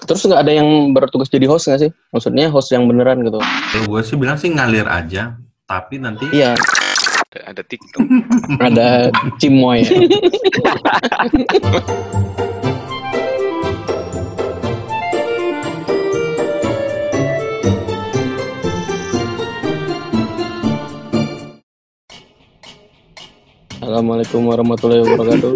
Terus nggak ada yang bertugas jadi host nggak sih? Maksudnya host yang beneran gitu? Kalau gue sih bilang sih ngalir aja, tapi nanti Iya. Ada TikTok. Ada Cimoy. Assalamualaikum warahmatullahi wabarakatuh.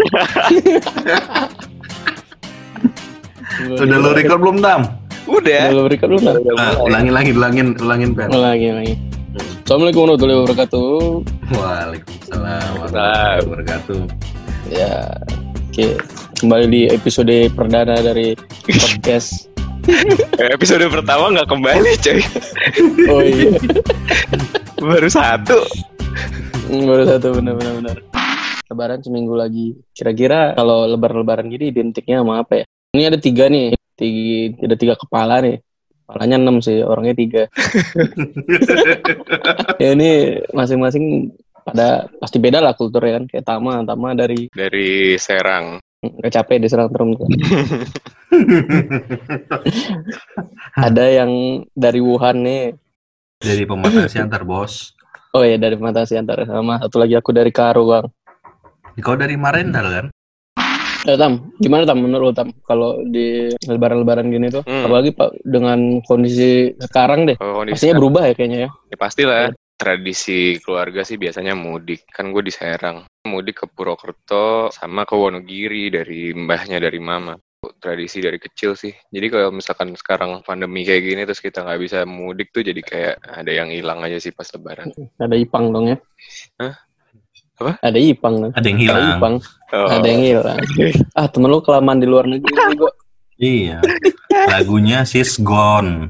udah lo record belum, Tam? Udah. Udah berikan dulu lah. Ulangin, Pen. Lagi. Assalamualaikum warahmatullahi wabarakatuh. Waalaikumsalam warahmatullahi wabarakatuh. Ya, oke. Kembali di episode perdana dari podcast. Episode pertama nggak kembali, coy. Oh iya. Baru satu. Baru satu, benar. Lebaran seminggu lagi. Kira-kira kalau lebaran gini identiknya sama apa ya? Ini ada 3 nih. Ada 3 kepala nih. Kepalanya 6 sih, orangnya 3. Ya ini masing-masing pada pasti beda lah kulturnya kan. Kayak Tama dari Serang. Gak capek diserang terus. Ada yang dari Wuhan nih. Dari Pematang Siantar, Bos. Oh iya, dari Pematang Siantar. Sama satu lagi aku dari Karo, Bang. Kau dari Marendal kan? Tam, gimana Tam menurut Tam kalau di lebaran gini tuh? Apalagi Pak dengan kondisi sekarang deh. Pastinya berubah ya kayaknya ya. Ya pastilah. Tradisi keluarga sih biasanya mudik. Kan gue di Serang. Mudik ke Purwokerto sama ke Wonogiri dari mbahnya dari mama. Tradisi dari kecil sih. Jadi kalau misalkan sekarang pandemi kayak gini terus kita nggak bisa mudik tuh jadi kayak ada yang hilang aja sih pas lebaran. Ada Ipang dong ya? Hah? Apa? Ada Ipang dong. Ada yang hilang. Ada yang hilang. Temen lu kelamaan di luar negeri nih gua. Iya. Lagunya She's Gone.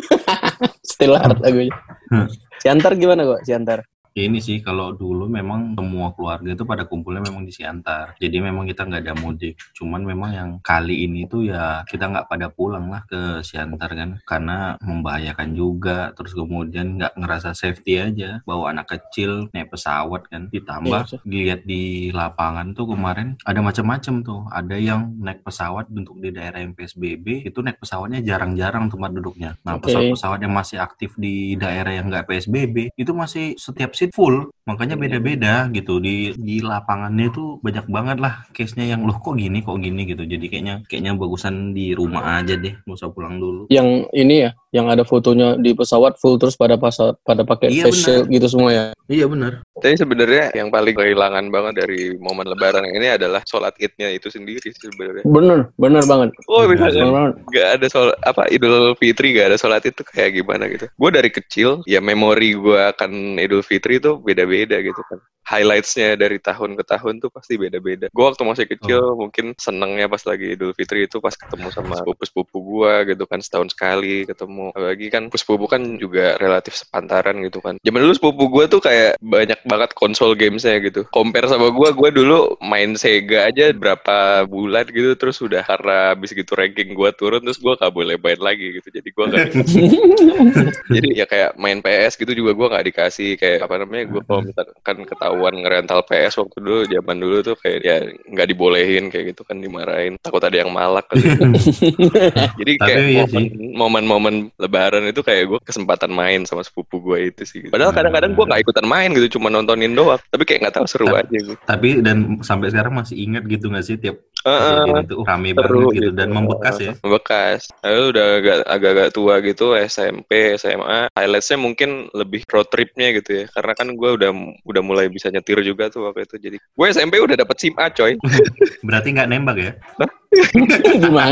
Still art lagunya. Siantar gimana kok? Siantar? Ini sih kalau dulu memang semua keluarga itu pada kumpulnya memang di Siantar. Jadi memang kita nggak ada mudik. Cuman memang yang kali ini tuh ya kita nggak pada pulang lah ke Siantar kan. Karena membahayakan juga. Terus kemudian nggak ngerasa safety aja. Bawa anak kecil naik pesawat kan. Ditambah dilihat di lapangan tuh kemarin ada macam-macam tuh. Ada yang naik pesawat untuk di daerah yang PSBB. Itu naik pesawatnya jarang-jarang tempat duduknya. Nah pesawat-pesawat yang masih aktif di daerah yang nggak PSBB itu masih setiap seat full, makanya beda-beda gitu di lapangannya itu banyak banget lah case-nya yang loh kok gini gitu. Jadi kayaknya bagusan di rumah aja deh, nggak usah pulang dulu. Yang ini ya, yang ada fotonya di pesawat full terus pada pakai face shield gitu semua ya. Iya benar. Tapi sebenarnya yang paling kehilangan banget dari momen lebaran ini adalah sholat Id-nya itu sendiri sebenarnya. Bener banget. Oh misalnya nggak ada sholat Idul Fitri, nggak ada sholat itu kayak gimana gitu. Gue dari kecil ya memori gue akan Idul Fitri itu beda-beda gitu kan. Highlights-nya dari tahun ke tahun tuh pasti beda-beda. Gue waktu masih kecil mungkin senengnya pas lagi Idul Fitri itu pas ketemu sama sepupu-sepupu gue gitu kan, setahun sekali ketemu. Apalagi kan sepupu kan juga relatif sepantaran gitu kan. Zaman dulu sepupu gue tuh kayak banyak banget konsol games-nya gitu. Compare sama gue dulu main Sega aja berapa bulan gitu terus udah karena abis gitu ranking gue turun terus gue gak boleh main lagi gitu. Jadi gue gak jadi ya kayak main PS gitu juga gue gak dikasih kayak apa namanya, gue kalau misalkan ketahuan ngerental PS waktu dulu zaman dulu tuh kayak ya nggak dibolehin kayak gitu kan, dimarahin takut ada yang malak kan. Jadi kayak momen-momen lebaran itu kayak gue kesempatan main sama sepupu gue itu sih gitu. Padahal kadang-kadang gue nggak ikutan main gitu, cuma nontonin doang, tapi kayak nggak tahu seru aja gitu. Tapi dan sampai sekarang masih ingat gitu nggak sih tiap kejadian itu rame banget gitu dan membekas ya. Membekas. Lalu udah agak-agak tua gitu, SMP, SMA. Highlightsnya mungkin lebih road tripnya gitu ya, karena kan gue udah mulai bisa nyetir juga tuh waktu itu. Jadi gue SMP udah dapet SIM A, coy. Berarti nggak nembak ya? Gimana?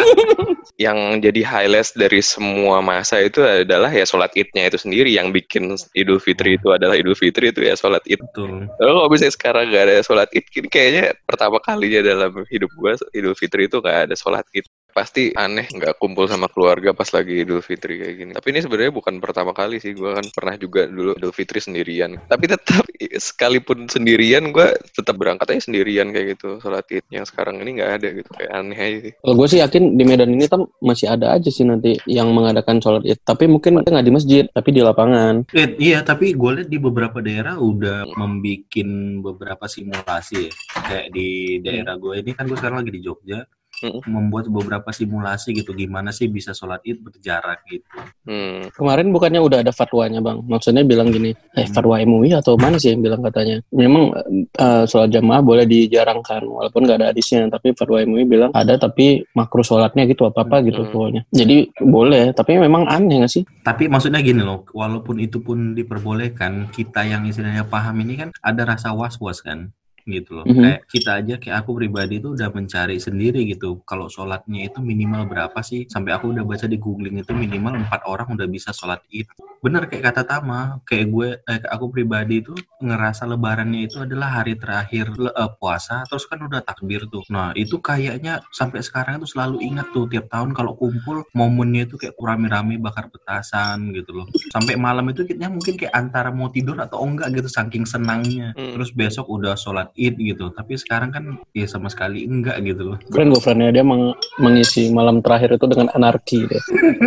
Yang jadi highlights dari semua masa itu adalah ya sholat Id-nya itu sendiri. Yang bikin Idul Fitri itu adalah Idul Fitri itu ya sholat Id. Betul. Lalu kalau misalnya sekarang gak ada sholat Id, kayaknya pertama kalinya dalam hidup gue Idul Fitri itu gak ada sholat Id. Pasti aneh nggak kumpul sama keluarga pas lagi Idul Fitri kayak gini. Tapi ini sebenarnya bukan pertama kali sih, gue kan pernah juga dulu Idul Fitri sendirian. Tapi tetap sekalipun sendirian gue tetap berangkat aja sendirian kayak gitu sholat Id. Yang sekarang ini nggak ada gitu, kayak aneh aja sih. Kalau gue sih yakin di Medan ini Tam masih ada aja sih nanti yang mengadakan sholat Id. Tapi mungkin nggak di masjid, tapi di lapangan. Iya, tapi gue lihat di beberapa daerah udah membikin beberapa simulasi ya. Kayak di daerah gue ini kan gue sekarang lagi di Jogja. membuat beberapa simulasi gitu gimana sih bisa sholat id berjarak gitu. Kemarin bukannya udah ada fatwanya bang, maksudnya bilang gini, fatwa MUI atau mana sih yang bilang katanya, memang sholat jamaah boleh dijarangkan walaupun nggak ada hadisnya, tapi fatwa MUI bilang ada tapi makruh sholatnya gitu apa gitu pokoknya. Jadi boleh, tapi memang aneh nggak sih? Tapi maksudnya gini loh, walaupun itu pun diperbolehkan, kita yang istilahnya paham ini kan ada rasa was-was kan. Gitu loh. Kayak kita aja, kayak aku pribadi itu udah mencari sendiri gitu. Kalau sholatnya itu minimal berapa sih? Sampai aku udah baca di googling itu minimal 4 orang udah bisa sholat id. Bener kayak kata Tama, kayak aku pribadi itu ngerasa lebarannya itu adalah hari terakhir puasa, terus kan udah takbir tuh. Nah itu kayaknya sampai sekarang itu selalu ingat tuh tiap tahun kalau kumpul momennya itu kayak rame-rame bakar petasan gitu loh. Sampai malam itu kita mungkin kayak antara mau tidur atau enggak gitu saking senangnya. Terus besok udah sholat id gitu, tapi sekarang kan ya sama sekali enggak gitu loh. Keren gue friendnya, dia mengisi malam terakhir itu dengan anarki deh.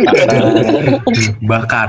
bakar.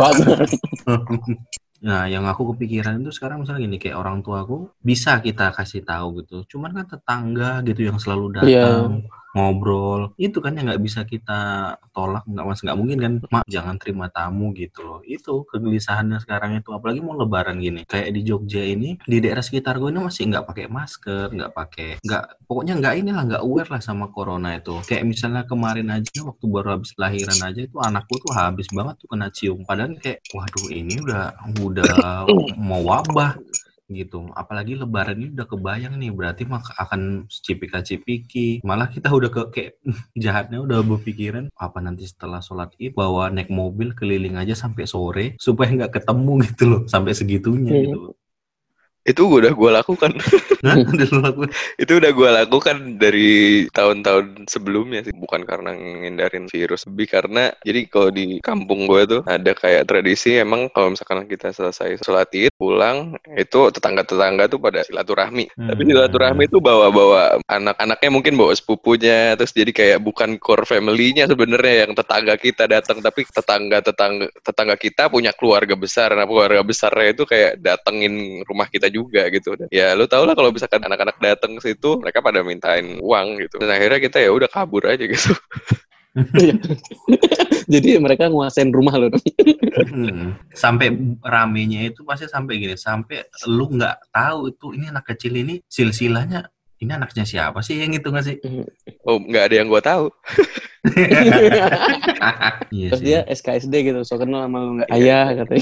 Nah, yang aku kepikiran itu sekarang misalnya gini, kayak orang tua aku bisa kita kasih tahu gitu, cuman kan tetangga gitu yang selalu datang ngobrol, itu kan yang nggak bisa kita tolak, nggak mungkin kan, mak jangan terima tamu gitu loh. Itu kegelisahannya sekarang itu, apalagi mau lebaran gini, kayak di Jogja ini, di daerah sekitar gue ini masih nggak pakai masker, pokoknya nggak aware lah sama corona itu. Kayak misalnya kemarin aja waktu baru habis lahiran aja itu anakku tuh habis banget tuh kena cium, padahal kayak waduh ini udah mau wabah gitu. Apalagi lebaran ini udah kebayang nih, berarti akan cipika-cipiki. Malah kita udah kayak jahatnya udah berpikiran apa nanti setelah sholat id bawa naik mobil keliling aja sampai sore supaya nggak ketemu gitu loh, sampai segitunya gitu loh. Itu udah gue lakukan. Itu udah gue lakukan dari tahun-tahun sebelumnya sih. Bukan karena ngindarin virus, lebih karena jadi kalau di kampung gue tuh ada kayak tradisi, emang kalau misalkan kita selesai sholat id pulang itu tetangga-tetangga tuh pada silaturahmi. Tapi silaturahmi itu bawa anak-anaknya, mungkin bawa sepupunya, terus jadi kayak bukan core family-nya sebenarnya yang tetangga kita datang, tapi tetangga kita punya keluarga besar. Nah keluarga besarnya itu kayak datengin rumah kita juga gitu. Dan ya lu tau lah kalau misalkan anak-anak datang ke situ mereka pada mintain uang gitu. Dan akhirnya kita ya udah kabur aja gitu. Jadi mereka nguasain rumah lo. Sampai ramenya itu pasti sampai gini, sampai lu nggak tahu itu ini anak kecil ini silsilahnya ini anaknya siapa sih yang itu nggak sih? Oh nggak ada yang gue tahu. Terus dia SKSD gitu, so kenal sama lu nggak? Ayah katanya.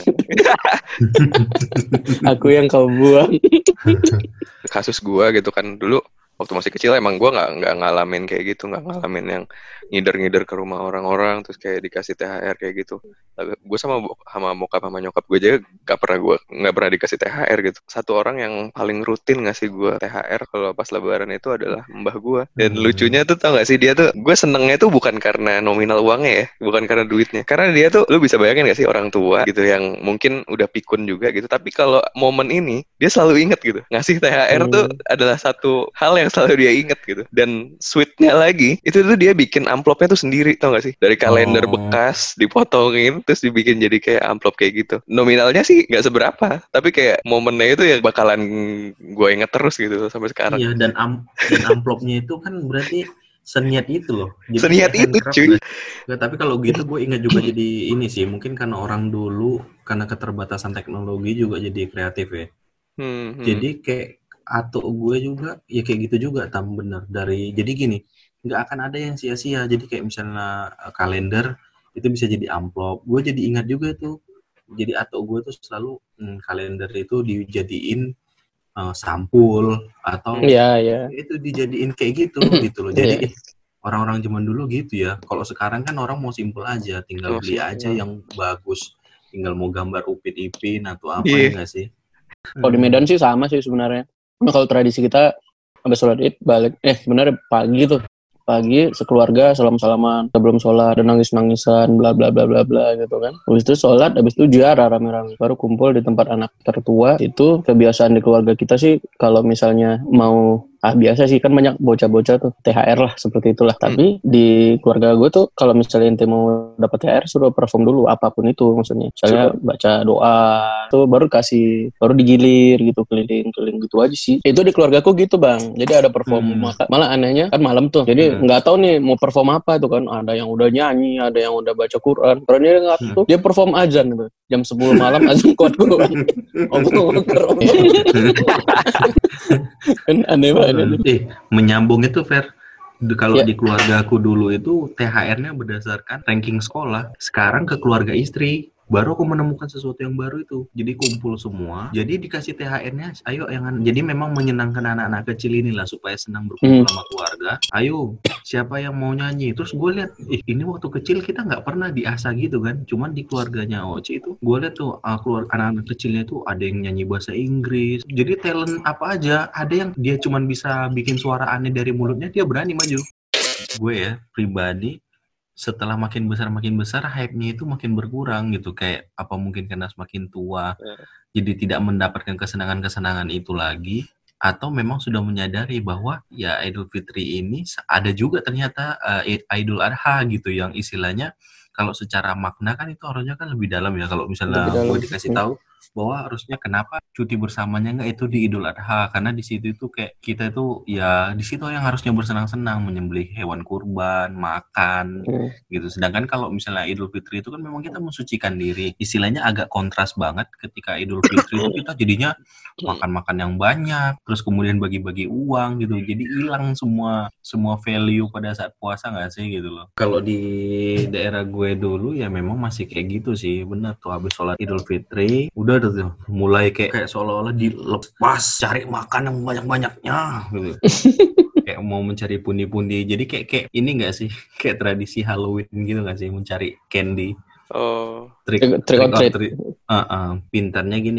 Aku yang kau buang. Kasus gua gitu kan dulu waktu masih kecil, emang gue nggak ngalamin kayak gitu, nggak ngalamin yang ngider ke rumah orang-orang terus kayak dikasih THR kayak gitu. Gue sama bokap sama nyokap gue aja nggak pernah dikasih THR gitu. Satu orang yang paling rutin ngasih gue THR kalau pas lebaran itu adalah mbah gue. Dan lucunya tuh tau gak sih, dia tuh gue senengnya tuh bukan karena nominal uangnya ya, bukan karena duitnya, karena dia tuh, lu bisa bayangin gak sih orang tua gitu yang mungkin udah pikun juga gitu, tapi kalau momen ini dia selalu inget gitu, ngasih THR tuh adalah satu hal yang selalu dia inget gitu. Dan sweetnya lagi itu tuh dia bikin amplopnya tuh sendiri, tau gak sih, dari kalender bekas dipotongin terus dibikin jadi kayak amplop kayak gitu. Nominalnya sih nggak seberapa, tapi kayak momennya itu yang bakalan gue inget terus gitu sampai sekarang. Iya, dan amplopnya itu kan berarti seniat itu loh. Jadi seniat itu cuy. Nggak, tapi kalau gitu gue ingat juga jadi ini sih, mungkin karena orang dulu karena keterbatasan teknologi juga jadi kreatif ya. Jadi kayak atuk gue juga ya kayak gitu juga, bener dari, jadi gini, nggak akan ada yang sia-sia. Jadi kayak misalnya kalender itu bisa jadi amplop, gue jadi ingat juga tuh. Jadi atuk gue tuh selalu kalender itu dijadiin sampul atau itu dijadiin kayak gitu gitu loh. Jadi orang-orang zaman dulu gitu ya. Kalau sekarang kan orang mau simpel aja, tinggal beli aja yang bagus, tinggal mau gambar Upin Ipin atau apa ya nggak sih? Kalau di Medan sih sama sih sebenarnya. Nah, kalau tradisi kita habis sholat id balik, sebenarnya pagi sekeluarga salam-salaman sebelum sholat dan nangis-nangisan bla bla bla bla bla gitu kan. Habis itu sholat, habis itu ziarah rame-rame, baru kumpul di tempat anak tertua. Itu kebiasaan di keluarga kita sih, kalau misalnya mau biasa sih kan banyak bocah-bocah tuh THR lah seperti itulah. Tapi di keluarga gue tuh kalau misalnya ente mau dapat THR suruh perform dulu apapun itu maksudnya. Misalnya baca doa tuh baru digilir gitu keliling-keliling gitu aja sih. Itu di keluargaku gitu bang. Jadi ada perform malah anehnya kan malam tuh. Jadi nggak tahu nih mau perform apa tuh kan. Ada yang udah nyanyi, ada yang udah baca Quran. Kalau dia nggak tuh dia perform azan gitu. Jam 10 malam azan kuat-kuat. Kan aneh banget. Menyambung itu Fer. Kalau di keluarga aku dulu itu THR-nya berdasarkan ranking sekolah. Sekarang ke keluarga istri. Baru aku menemukan sesuatu yang baru itu. Jadi kumpul semua. Jadi dikasih THR-nya. Ayo jadi memang menyenangkan anak-anak kecil inilah supaya senang berkumpul sama keluarga. Ayo, siapa yang mau nyanyi? Terus gue lihat, ini waktu kecil kita nggak pernah diasah gitu kan. Cuman di keluarganya Oci itu, gue lihat tuh anak-anak kecilnya tuh ada yang nyanyi bahasa Inggris. Jadi talent apa aja. Ada yang dia cuman bisa bikin suara aneh dari mulutnya, dia berani maju. Gue ya, pribadi, setelah makin besar hype-nya itu makin berkurang gitu, kayak apa mungkin karena semakin tua jadi tidak mendapatkan kesenangan itu lagi, atau memang sudah menyadari bahwa ya Idul Fitri ini ada juga ternyata Idul Adha gitu yang istilahnya kalau secara makna kan itu harusnya kan lebih dalam ya. Kalau misalnya gue dikasih tahu bahwa harusnya kenapa cuti bersamanya nggak itu di Idul Adha, karena di situ itu kayak kita itu ya di situ yang harusnya bersenang-senang menyembelih hewan kurban, makan gitu. Sedangkan kalau misalnya Idul Fitri itu kan memang kita mensucikan diri, istilahnya agak kontras banget. Ketika Idul Fitri itu kita jadinya makan-makan yang banyak, terus kemudian bagi-bagi uang gitu, jadi hilang semua value pada saat puasa nggak sih gitu loh. Kalau di daerah gue dulu ya memang masih kayak gitu sih, bener tuh habis sholat Idul Fitri udah tuh mulai kayak seolah-olah dilepas cari makan yang banyak-banyaknya gitu. Kayak mau mencari pundi-pundi, jadi kayak ini nggak sih, kayak tradisi Halloween gitu nggak sih, mencari candy. Trick or treat. Pintarnya gini,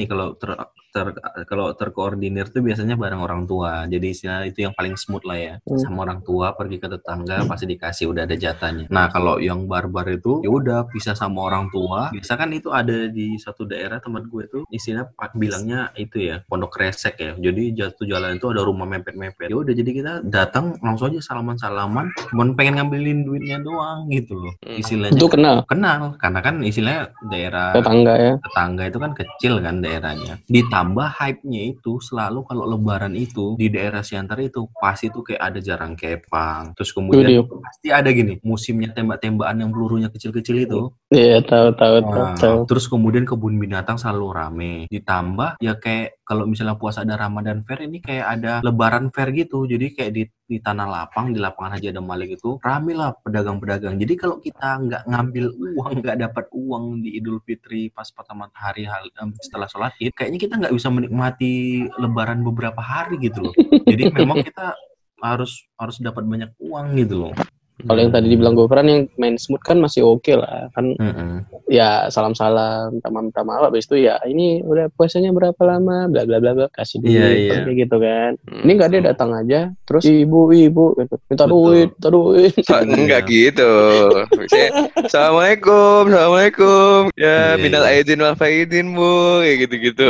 kalau terkoordinir tuh biasanya bareng orang tua. Jadi istilah itu yang paling smooth lah ya. Sama orang tua pergi ke tetangga pasti dikasih, udah ada jatahnya. Nah, kalau yang barbar itu ya udah pisah sama orang tua. Biasa kan itu ada di satu daerah tempat gue tuh istilah bilangnya itu ya, pondok kresek ya. Jadi jatuh jalan itu ada rumah mepet-mepet. Ya udah jadi kita datang langsung aja salaman-salaman, cuman pengen ngambilin duitnya doang gitu loh. Istilahnya itu kenal karena kan istilahnya daerah tetangga itu kan kecil kan daerahnya. Ditambah hype-nya itu selalu kalau lebaran itu di daerah Siantar itu pasti itu kayak ada jarang kepang. Terus kemudian pasti ada gini, musimnya tembak-tembakan yang pelurunya kecil-kecil itu. Iya, tahu. Terus kemudian kebun binatang selalu rame. Ditambah ya kayak kalau misalnya puasa ada Ramadan Fair, ini kayak ada Lebaran Fair gitu. Jadi kayak di Tanah Lapang, di lapangan Haji Adam Malik itu rame lah pedagang-pedagang. Jadi kalau kita nggak ngambil uang, nggak dapat uang di Idul Fitri pas pertama hari setelah sholat Id, kayaknya kita nggak bisa menikmati Lebaran beberapa hari gitu loh. Jadi memang kita harus dapat banyak uang gitu loh. Kalau yang tadi dibilang Gofran yang main smooth kan masih oke lah kan. Ya salam-salam tamam habis itu ya ini udah puasanya berapa lama bla bla bla kasih duit kayak gitu kan. Ini enggak, dia datang aja terus ibu gitu minta duit. Enggak gitu. Misalnya, Assalamualaikum. Ya minal aidin wal faidin Bu, kayak gitu-gitu.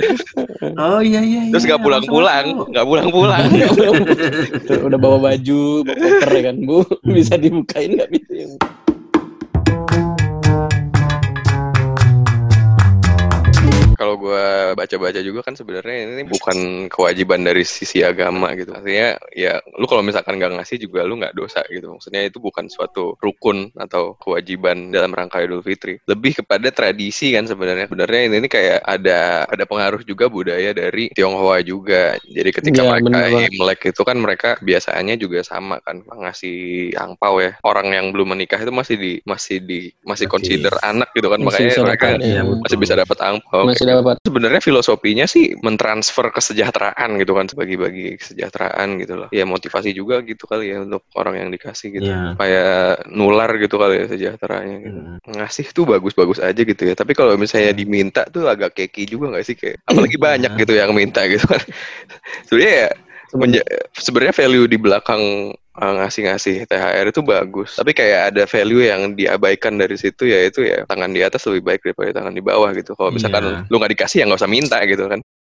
Oh iya. Terus enggak pulang-pulang. Udah bawa baju, bawa koper ya kan Bu. Bisa dibukain nggak bisa yang kalau gue baca-baca juga kan sebenarnya ini bukan kewajiban dari sisi agama gitu. Artinya ya lu kalau misalkan nggak ngasih juga lu nggak dosa gitu. Maksudnya itu bukan suatu rukun atau kewajiban dalam rangka Idul Fitri. Lebih kepada tradisi kan sebenarnya. Sebenarnya ini kayak ada pengaruh juga budaya dari Tionghoa juga. Jadi ketika mereka Imlek itu kan mereka biasanya juga sama kan ngasih angpau ya. Orang yang belum menikah itu masih consider anak gitu kan. Makanya mereka masih bisa dapat angpau. Sebenarnya filosofinya sih mentransfer kesejahteraan gitu kan, bagi-bagi kesejahteraan gitu loh. Ya motivasi juga gitu kali ya untuk orang yang dikasih gitu. Kayak nular gitu kali ya sejahteranya gitu. Ngasih tuh bagus-bagus aja gitu ya. Tapi kalau misalnya diminta tuh agak keki juga nggak sih, kayak apalagi banyak gitu yang minta gitu kan. Sebenarnya value di belakang ngasih THR itu bagus, tapi kayak ada value yang diabaikan dari situ, yaitu ya tangan di atas lebih baik daripada tangan di bawah gitu. Kalau misalkan lu nggak dikasih ya nggak usah minta gitu kan.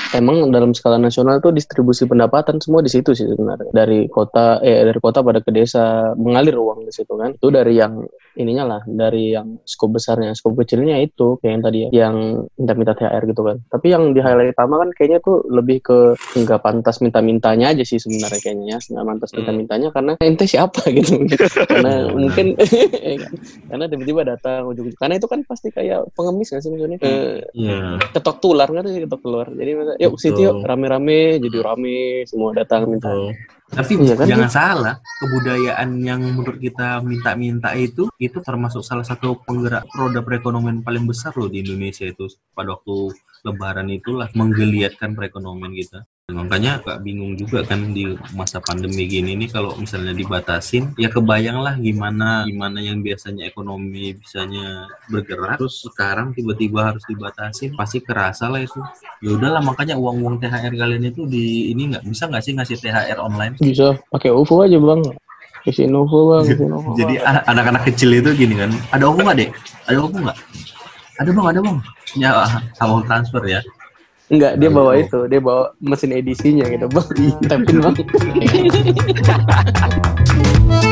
emang dalam skala nasional tuh distribusi pendapatan semua di situ sih sebenarnya. Dari kota pada ke desa mengalir uang di situ kan. Itu dari yang ininya lah, dari yang skop besarnya, skop kecilnya itu kayak yang tadi ya, yang minta-minta THR gitu kan. Tapi yang di highlight utama kan kayaknya tuh lebih ke nggak pantas minta-mintanya aja sih sebenarnya kayaknya ya. Nggak pantas minta-mintanya karena ente siapa gitu. Karena mungkin karena tiba-tiba datang ujung-ujung. Karena itu kan pasti kayak pengemis nggak sih maksudnya? Ketok tular kan sih, ketok tular. Jadi yuk situ yuk rame-rame, jadi rame semua datang minta. Tapi iya, kan, jangan salah, kebudayaan yang menurut kita minta-minta itu termasuk salah satu penggerak roda perekonomian paling besar loh di Indonesia itu. Pada waktu Lebaran itulah menggeliatkan perekonomian kita. Makanya agak bingung juga kan di masa pandemi gini nih, kalau misalnya dibatasin, ya kebayanglah gimana yang biasanya ekonomi bisanya bergerak, terus sekarang tiba-tiba harus dibatasin, pasti kerasa lah itu. Ya udahlah, makanya uang THR kalian itu di ini bisa nggak sih ngasih THR online? Bisa, pakai OVO aja bang. Isi OVO bang. Jadi anak-anak kecil itu gini kan, ada OVO nggak dek? Ada OVO nggak? Ada bang. Ya sama transfer ya. Enggak, dia bawa itu, dia bawa mesin edisinya gitu bang. Tapi bang.